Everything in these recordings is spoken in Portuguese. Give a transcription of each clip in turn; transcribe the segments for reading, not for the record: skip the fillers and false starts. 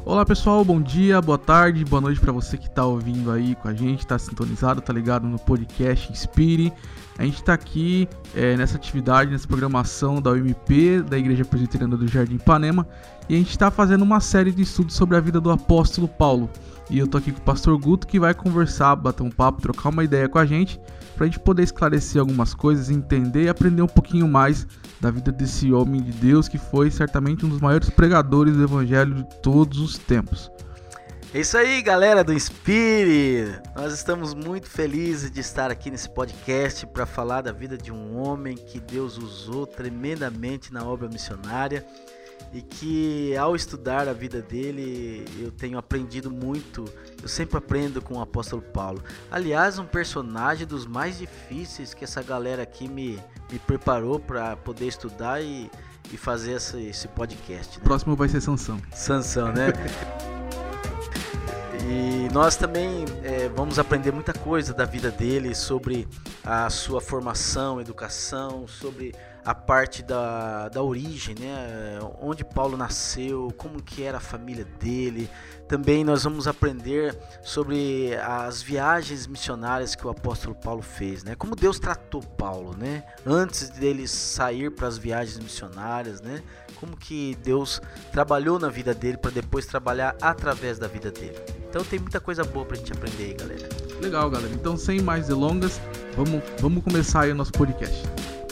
Olá pessoal, bom dia, boa tarde, boa noite para você que tá ouvindo aí com a gente, tá sintonizado, tá ligado no podcast Inspire. A gente tá aqui nessa atividade, nessa programação da UMP, da Igreja Presbiteriana do Jardim Ipanema, e a gente tá fazendo uma série de estudos sobre a vida do apóstolo Paulo. E eu tô aqui com o pastor Guto, que vai conversar, bater um papo, trocar uma ideia com a gente, pra gente poder esclarecer algumas coisas, entender e aprender um pouquinho mais da vida desse homem de Deus, que foi certamente um dos maiores pregadores do evangelho de todos os tempos. É isso aí, galera do Inspire! Nós estamos muito felizes de estar aqui nesse podcast para falar da vida de um homem que Deus usou tremendamente na obra missionária e que, ao estudar a vida dele, eu tenho aprendido muito. Eu sempre aprendo com o apóstolo Paulo. Aliás, um personagem dos mais difíceis que essa galera aqui me preparou para poder estudar e fazer esse podcast, né? O próximo vai ser Sansão. Sansão, né? E nós também vamos aprender muita coisa da vida dele, sobre a sua formação, educação, sobre a parte da origem, né? Onde Paulo nasceu, como que era a família dele. Também nós vamos aprender sobre as viagens missionárias que o apóstolo Paulo fez, né? Como Deus tratou Paulo, né? Antes dele sair para as viagens missionárias, né? Como que Deus trabalhou na vida dele para depois trabalhar através da vida dele. Então tem muita coisa boa pra gente aprender aí, galera. Legal, galera. Então, sem mais delongas, vamos começar aí o nosso podcast.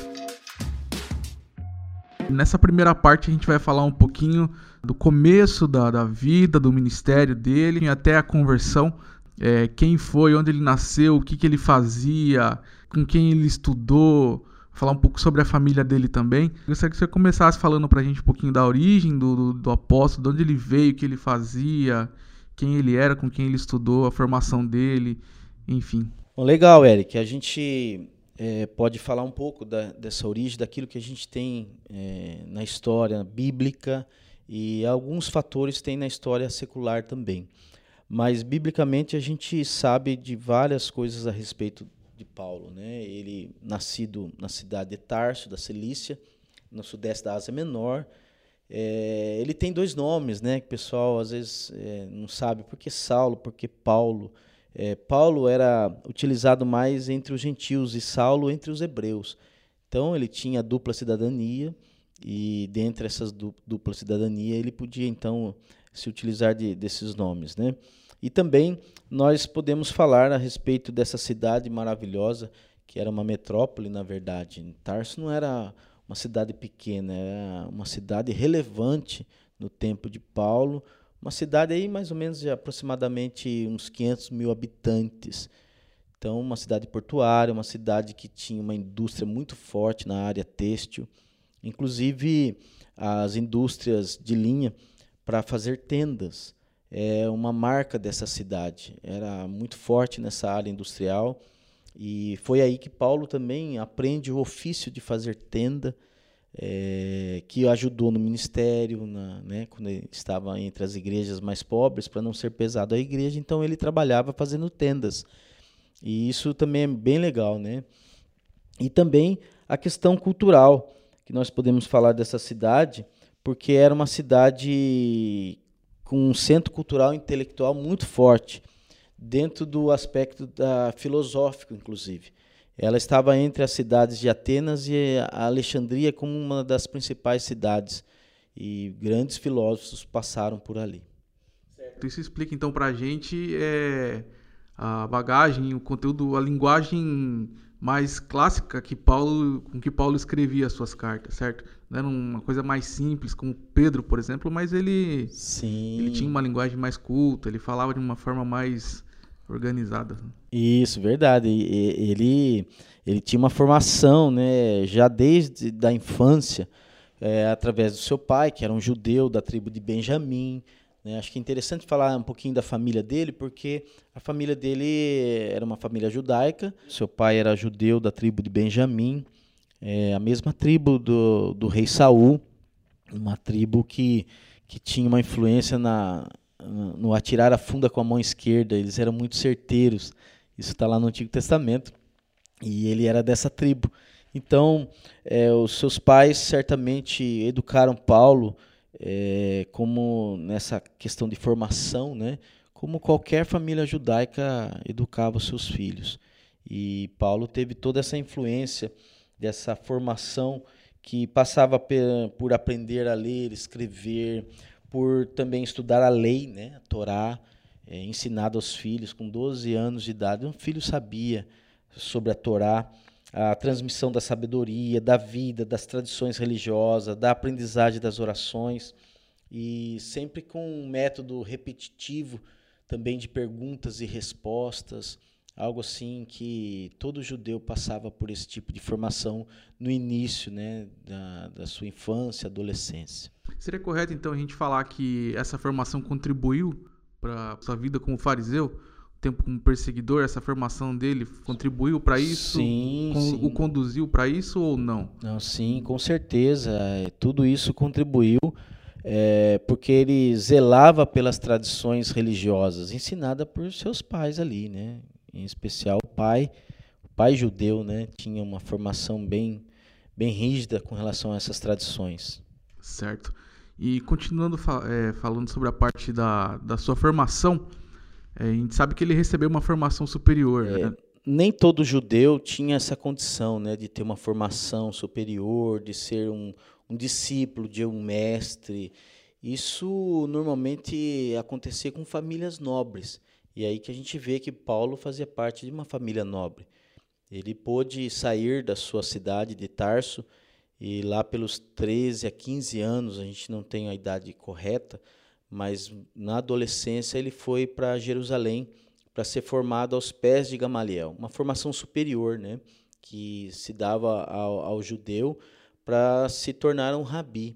Nessa primeira parte a gente vai falar um pouquinho do começo da vida, do ministério dele, até a conversão, quem foi, onde ele nasceu, o que ele fazia, com quem ele estudou, falar um pouco sobre a família dele também. Eu gostaria que você começasse falando pra gente um pouquinho da origem do apóstolo, de onde ele veio, o que ele fazia, quem ele era, com quem ele estudou, a formação dele, enfim. Bom, legal, Eric. A gente pode falar um pouco dessa origem, daquilo que a gente tem na história bíblica, e alguns fatores tem na história secular também. Mas, biblicamente, a gente sabe de várias coisas a respeito de Paulo, né? Ele, nascido na cidade de Tarso, da Cilícia, no sudeste da Ásia Menor. Ele tem dois nomes, né, que o pessoal às vezes não sabe, por que Saulo, por que Paulo. Paulo era utilizado mais entre os gentios e Saulo entre os hebreus. Então ele tinha dupla cidadania, e dentre essas dupla cidadania ele podia então se utilizar desses nomes, né? E também nós podemos falar a respeito dessa cidade maravilhosa, que era uma metrópole, na verdade. Tarso não era uma cidade pequena, era uma cidade relevante no tempo de Paulo, uma cidade aí mais ou menos de aproximadamente uns 500 mil habitantes. Então, uma cidade portuária, uma cidade que tinha uma indústria muito forte na área têxtil, inclusive as indústrias de linha para fazer tendas. É uma marca dessa cidade, era muito forte nessa área industrial. E foi aí que Paulo também aprende o ofício de fazer tenda, que ajudou no ministério, né, quando ele estava entre as igrejas mais pobres, para não ser pesado à igreja, então ele trabalhava fazendo tendas. E isso também é bem legal, né? E também a questão cultural, que nós podemos falar dessa cidade, porque era uma cidade com um centro cultural e intelectual muito forte, dentro do aspecto filosófico, inclusive. Ela estava entre as cidades de Atenas e a Alexandria como uma das principais cidades, e grandes filósofos passaram por ali. Certo. Isso explica então pra gente a bagagem, o conteúdo, a linguagem mais clássica com que Paulo escrevia as suas cartas, certo? Não era uma coisa mais simples, como Pedro, por exemplo, mas ele tinha uma linguagem mais culta, ele falava de uma forma mais organizada. Isso, verdade. Ele tinha uma formação, né, já desde da infância, através do seu pai, que era um judeu da tribo de Benjamim, né? Acho que é interessante falar um pouquinho da família dele, porque a família dele era uma família judaica. Seu pai era judeu da tribo de Benjamim, a mesma tribo do rei Saul, uma tribo que tinha uma influência no atirar a funda com a mão esquerda. Eles eram muito certeiros. Isso está lá no Antigo Testamento. E ele era dessa tribo. Então, os seus pais certamente educaram Paulo como nessa questão de formação, né? Como qualquer família judaica educava seus filhos. E Paulo teve toda essa influência dessa formação que passava por aprender a ler, escrever, por também estudar a lei, né? A Torá, ensinado aos filhos com 12 anos de idade. Um filho sabia sobre a Torá, a transmissão da sabedoria, da vida, das tradições religiosas, da aprendizagem das orações, e sempre com um método repetitivo também de perguntas e respostas, algo assim que todo judeu passava por esse tipo de formação no início, né, da sua infância, adolescência. Seria correto, então, a gente falar que essa formação contribuiu para a sua vida como fariseu? Tempo como perseguidor, essa formação dele contribuiu para isso? Sim. O conduziu para isso ou não? Não, sim, com certeza. Tudo isso contribuiu, porque ele zelava pelas tradições religiosas ensinadas por seus pais ali, né? Em especial o pai judeu, né? Tinha uma formação bem rígida com relação a essas tradições. Certo. E continuando falando sobre a parte da sua formação, a gente sabe que ele recebeu uma formação superior. Né? Nem todo judeu tinha essa condição, né, de ter uma formação superior, de ser um discípulo de um mestre. Isso normalmente acontecia com famílias nobres. E aí que a gente vê que Paulo fazia parte de uma família nobre. Ele pôde sair da sua cidade de Tarso, e lá pelos 13 a 15 anos, a gente não tem a idade correta, mas na adolescência ele foi para Jerusalém para ser formado aos pés de Gamaliel, uma formação superior, né, que se dava ao judeu para se tornar um rabi.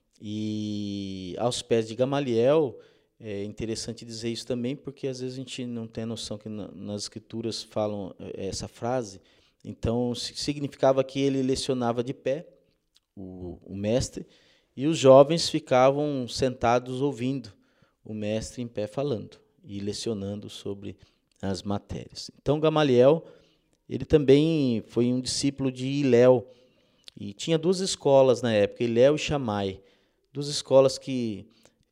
E aos pés de Gamaliel, é interessante dizer isso também, porque às vezes a gente não tem noção que nas escrituras falam essa frase. Então significava que ele lecionava de pé, o mestre, e os jovens ficavam sentados ouvindo o mestre em pé falando e lecionando sobre as matérias. Então Gamaliel, ele também foi um discípulo de Hilel, e tinha duas escolas na época, Hilel e Shammai, duas escolas que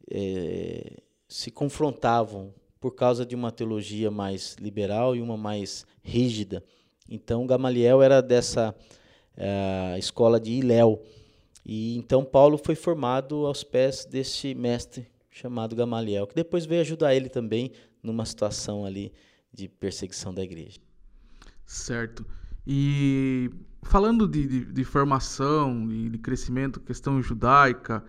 se confrontavam por causa de uma teologia mais liberal e uma mais rígida. Então Gamaliel era dessa escola de Hilel. E então Paulo foi formado aos pés desse mestre chamado Gamaliel, que depois veio ajudar ele também numa situação ali de perseguição da igreja. Certo. E falando de formação e de crescimento, questão judaica,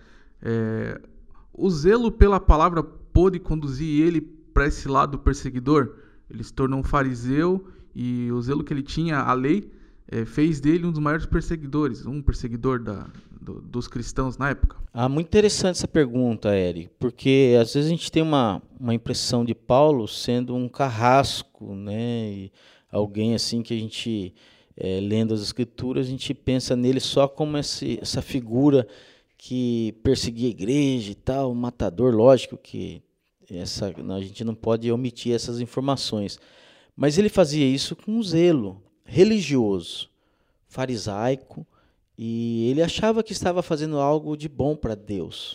o zelo pela palavra pôde conduzir ele para esse lado perseguidor? Ele se tornou um fariseu e o zelo que ele tinha à lei fez dele um dos maiores perseguidores, um perseguidor dos cristãos na época. Muito interessante essa pergunta, Eric, porque às vezes a gente tem uma impressão de Paulo sendo um carrasco, né? E alguém assim que a gente, lendo as escrituras, a gente pensa nele só como essa figura que perseguia a igreja e tal, um matador. Lógico que a gente não pode omitir essas informações, mas ele fazia isso com zelo religioso, farisaico, e ele achava que estava fazendo algo de bom para Deus.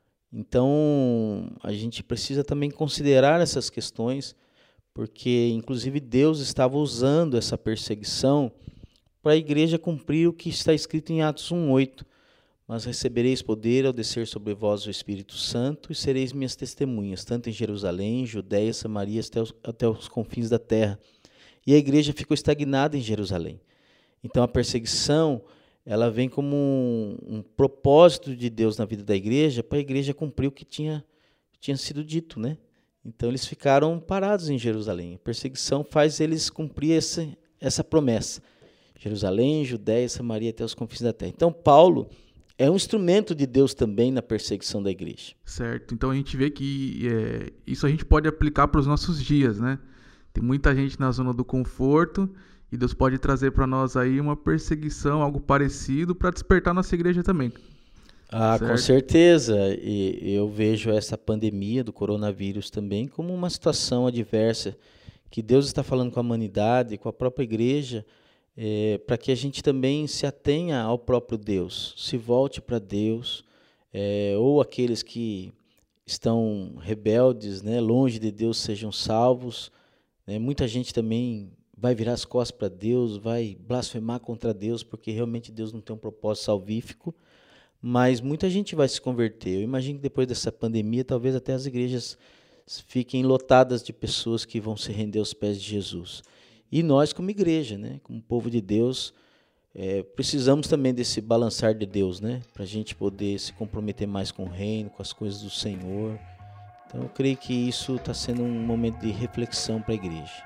Então, a gente precisa também considerar essas questões, porque, inclusive, Deus estava usando essa perseguição para a igreja cumprir o que está escrito em Atos 1:8. Mas recebereis poder ao descer sobre vós o Espírito Santo, e sereis minhas testemunhas, tanto em Jerusalém, Judéia, Samaria, até os confins da terra. E a igreja ficou estagnada em Jerusalém. Então a perseguição, ela vem como um propósito de Deus na vida da igreja, para a igreja cumprir o que tinha sido dito, né? Então eles ficaram parados em Jerusalém. A perseguição faz eles cumprir essa promessa. Jerusalém, Judéia, Samaria, até os confins da terra. Então Paulo é um instrumento de Deus também na perseguição da igreja. Certo. Então a gente vê que isso a gente pode aplicar para os nossos dias, né? Tem muita gente na zona do conforto e Deus pode trazer para nós aí uma perseguição, algo parecido, para despertar nossa igreja também. Com certeza. E eu vejo essa pandemia do coronavírus também como uma situação adversa que Deus está falando com a humanidade, com a própria igreja, para que a gente também se atenha ao próprio Deus, se volte para Deus, ou aqueles que estão rebeldes, né, longe de Deus, sejam salvos. Muita gente também vai virar as costas para Deus, vai blasfemar contra Deus, porque realmente Deus não tem um propósito salvífico, mas muita gente vai se converter. Eu imagino que depois dessa pandemia, talvez até as igrejas fiquem lotadas de pessoas que vão se render aos pés de Jesus. E nós, como igreja, né, como povo de Deus, precisamos também desse balançar de Deus, né, para a gente poder se comprometer mais com o reino, com as coisas do Senhor. Então eu creio que isso está sendo um momento de reflexão para a igreja.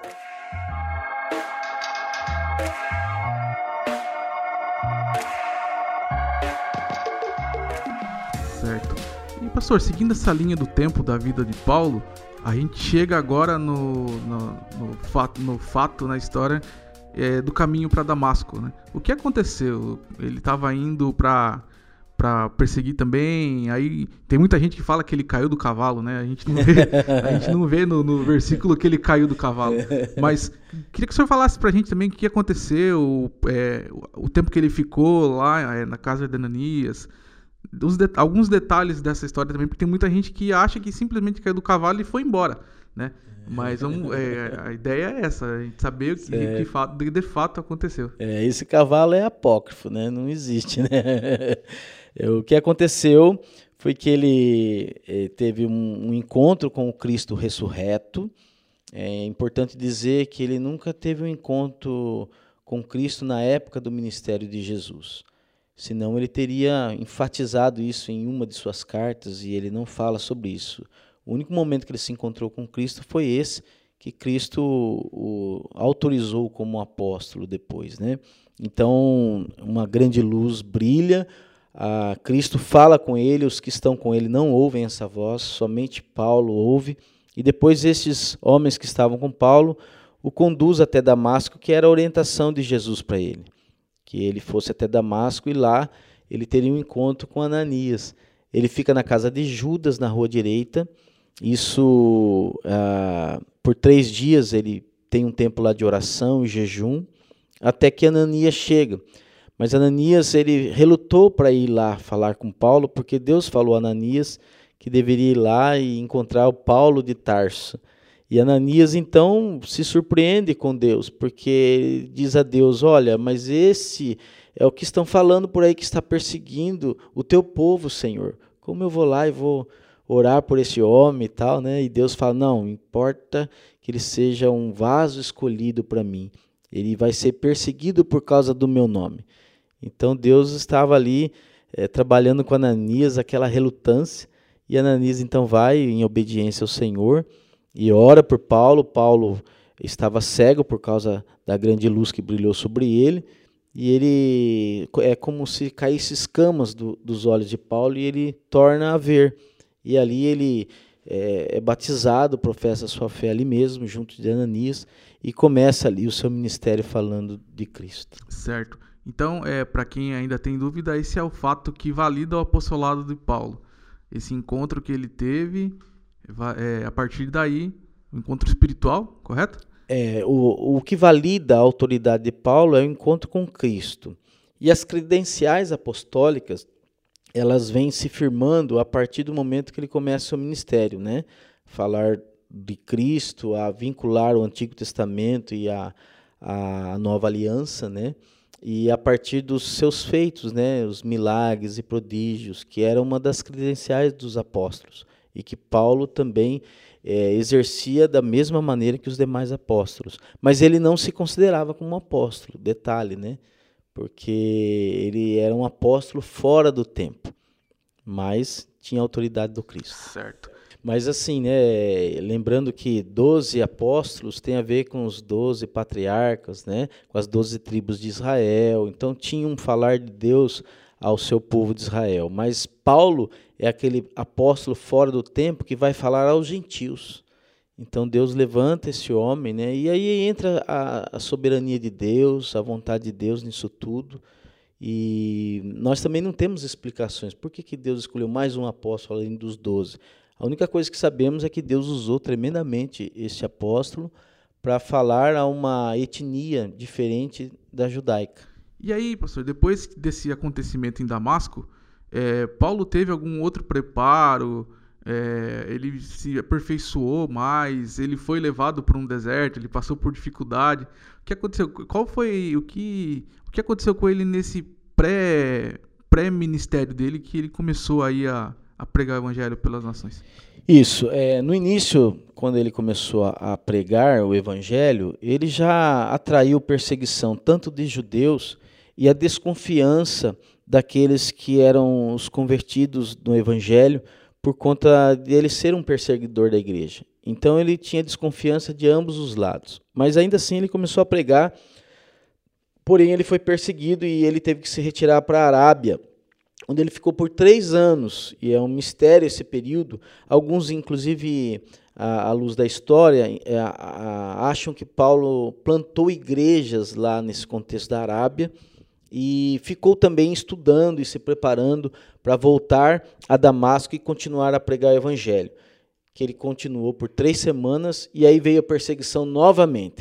Certo. E pastor, seguindo essa linha do tempo da vida de Paulo, a gente chega agora no fato, na história do caminho para Damasco, né? O que aconteceu? Ele estava indo para perseguir também, aí tem muita gente que fala que ele caiu do cavalo, né? A gente não vê no versículo que ele caiu do cavalo, mas queria que o senhor falasse pra gente também o que aconteceu, o tempo que ele ficou lá na casa de Ananias, alguns detalhes dessa história também, porque tem muita gente que acha que simplesmente caiu do cavalo e foi embora, né? Mas a ideia é essa, a gente saber o que de fato aconteceu. Esse cavalo é apócrifo, né? Não existe, né? O que aconteceu foi que ele teve um encontro com o Cristo ressurreto. É importante dizer que ele nunca teve um encontro com Cristo na época do ministério de Jesus. Senão ele teria enfatizado isso em uma de suas cartas, e ele não fala sobre isso. O único momento que ele se encontrou com Cristo foi esse, que Cristo o autorizou como apóstolo depois, né? Então, uma grande luz brilha, Cristo fala com ele, os que estão com ele não ouvem essa voz, somente Paulo ouve, e depois esses homens que estavam com Paulo o conduz até Damasco, que era a orientação de Jesus para ele, que ele fosse até Damasco e lá ele teria um encontro com Ananias. Ele fica na casa de Judas, na rua direita. Isso, por 3 dias, ele tem um tempo lá de oração e jejum, até que Ananias chega. Mas Ananias, ele relutou para ir lá falar com Paulo, porque Deus falou a Ananias que deveria ir lá e encontrar o Paulo de Tarso. E Ananias, então, se surpreende com Deus, porque diz a Deus: olha, mas esse é o que estão falando por aí, que está perseguindo o teu povo, Senhor. Como eu vou lá e vou orar por esse homem e tal, né? E Deus fala: não, importa que ele seja um vaso escolhido para mim. Ele vai ser perseguido por causa do meu nome. Então Deus estava ali trabalhando com Ananias, aquela relutância, e Ananias então vai em obediência ao Senhor e ora por Paulo. Paulo estava cego por causa da grande luz que brilhou sobre ele, e ele é como se caísse escamas dos olhos de Paulo, e ele torna a ver. E ali ele é batizado, professa a sua fé ali mesmo, junto de Ananias, e começa ali o seu ministério falando de Cristo. Certo. Então, para quem ainda tem dúvida, esse é o fato que valida o apostolado de Paulo. Esse encontro que ele teve, a partir daí, o encontro espiritual, correto? O que valida a autoridade de Paulo é o encontro com Cristo. E as credenciais apostólicas, elas vêm se firmando a partir do momento que ele começa o seu ministério, né? Falar de Cristo, a vincular o Antigo Testamento e a Nova Aliança, né? E a partir dos seus feitos, né? Os milagres e prodígios, que era uma das credenciais dos apóstolos, e que Paulo também exercia da mesma maneira que os demais apóstolos. Mas ele não se considerava como um apóstolo, detalhe, né? Porque ele era um apóstolo fora do tempo, mas tinha a autoridade do Cristo. Certo. Mas assim, né, lembrando que 12 apóstolos tem a ver com os 12 patriarcas, né, com as 12 tribos de Israel. Então tinha um falar de Deus ao seu povo de Israel. Mas Paulo é aquele apóstolo fora do tempo que vai falar aos gentios. Então Deus levanta esse homem, né, e aí entra a soberania de Deus, a vontade de Deus nisso tudo. E nós também não temos explicações. Por que Deus escolheu mais um apóstolo além dos 12? A única coisa que sabemos é que Deus usou tremendamente esse apóstolo para falar a uma etnia diferente da judaica. E aí, pastor, depois desse acontecimento em Damasco, Paulo teve algum outro preparo? Ele se aperfeiçoou mais? Ele foi levado para um deserto? Ele passou por dificuldade? O que aconteceu? O que aconteceu com ele nesse pré-ministério dele, que ele começou aí a pregar o evangelho pelas nações? Isso, no início, quando ele começou a pregar o evangelho, ele já atraiu perseguição tanto de judeus e a desconfiança daqueles que eram os convertidos no evangelho por conta dele ser um perseguidor da igreja. Então ele tinha desconfiança de ambos os lados, mas ainda assim ele começou a pregar, porém ele foi perseguido e ele teve que se retirar para a Arábia, onde ele ficou por 3 anos, e é um mistério esse período. Alguns, inclusive, à luz da história, acham que Paulo plantou igrejas lá nesse contexto da Arábia, e ficou também estudando e se preparando para voltar a Damasco e continuar a pregar o evangelho, que ele continuou por 3 semanas, e aí veio a perseguição novamente.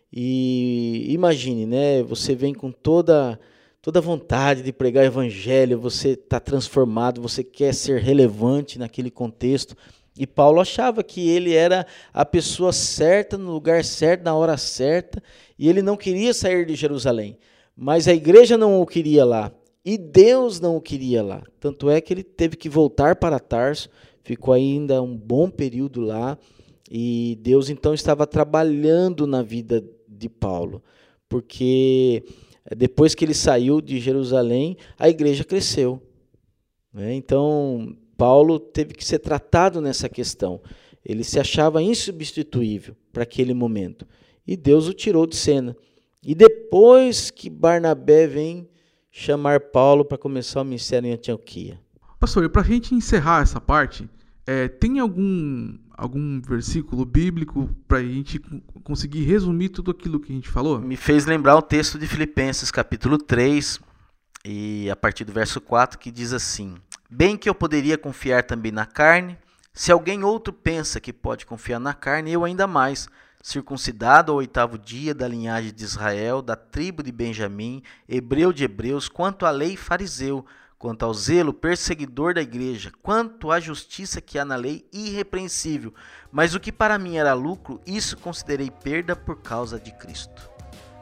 E imagine, né, você vem com toda vontade de pregar o evangelho, você está transformado, você quer ser relevante naquele contexto. E Paulo achava que ele era a pessoa certa, no lugar certo, na hora certa, e ele não queria sair de Jerusalém. Mas a igreja não o queria lá, e Deus não o queria lá. Tanto é que ele teve que voltar para Tarso, ficou ainda um bom período lá, e Deus então estava trabalhando na vida de Paulo, porque depois que ele saiu de Jerusalém, a igreja cresceu, né? Então, Paulo teve que ser tratado nessa questão. Ele se achava insubstituível para aquele momento. E Deus o tirou de cena. E depois que Barnabé vem chamar Paulo para começar o ministério em Antioquia. Pastor, e para a gente encerrar essa parte, tem algum versículo bíblico para a gente conseguir resumir tudo aquilo que a gente falou? Me fez lembrar o texto de Filipenses, capítulo 3, e a partir do verso 4, que diz assim: bem que eu poderia confiar também na carne, se alguém outro pensa que pode confiar na carne, eu ainda mais, circuncidado ao 8º dia, da linhagem de Israel, da tribo de Benjamim, hebreu de hebreus, quanto à lei, fariseu, quanto ao zelo, perseguidor da igreja, quanto à justiça que há na lei, irrepreensível. Mas o que para mim era lucro, isso considerei perda por causa de Cristo.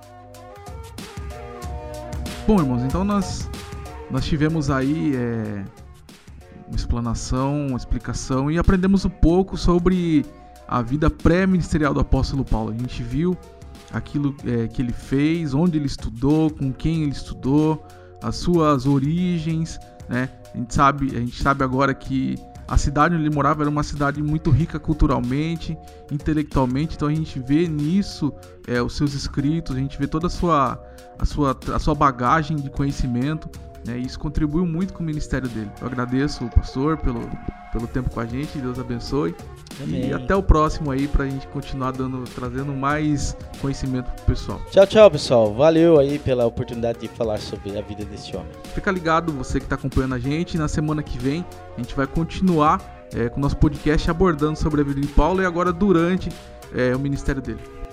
Bom, irmãos, então nós tivemos aí uma explanação, uma explicação, e aprendemos um pouco sobre a vida pré-ministerial do apóstolo Paulo. A gente viu aquilo que ele fez, onde ele estudou, com quem ele estudou, as suas origens, né? A gente sabe agora que a cidade onde ele morava era uma cidade muito rica culturalmente, intelectualmente, então a gente vê nisso os seus escritos, a gente vê toda a sua bagagem de conhecimento, né? E isso contribuiu muito com o ministério dele. Eu agradeço o pastor pelo tempo com a gente, Deus abençoe. Amém. E até o próximo aí, pra gente continuar trazendo mais conhecimento pro pessoal. Tchau, pessoal. Valeu aí pela oportunidade de falar sobre a vida desse homem. Fica ligado, você que tá acompanhando a gente. Na semana que vem, a gente vai continuar com o nosso podcast abordando sobre a vida de Paulo e agora durante o ministério dele.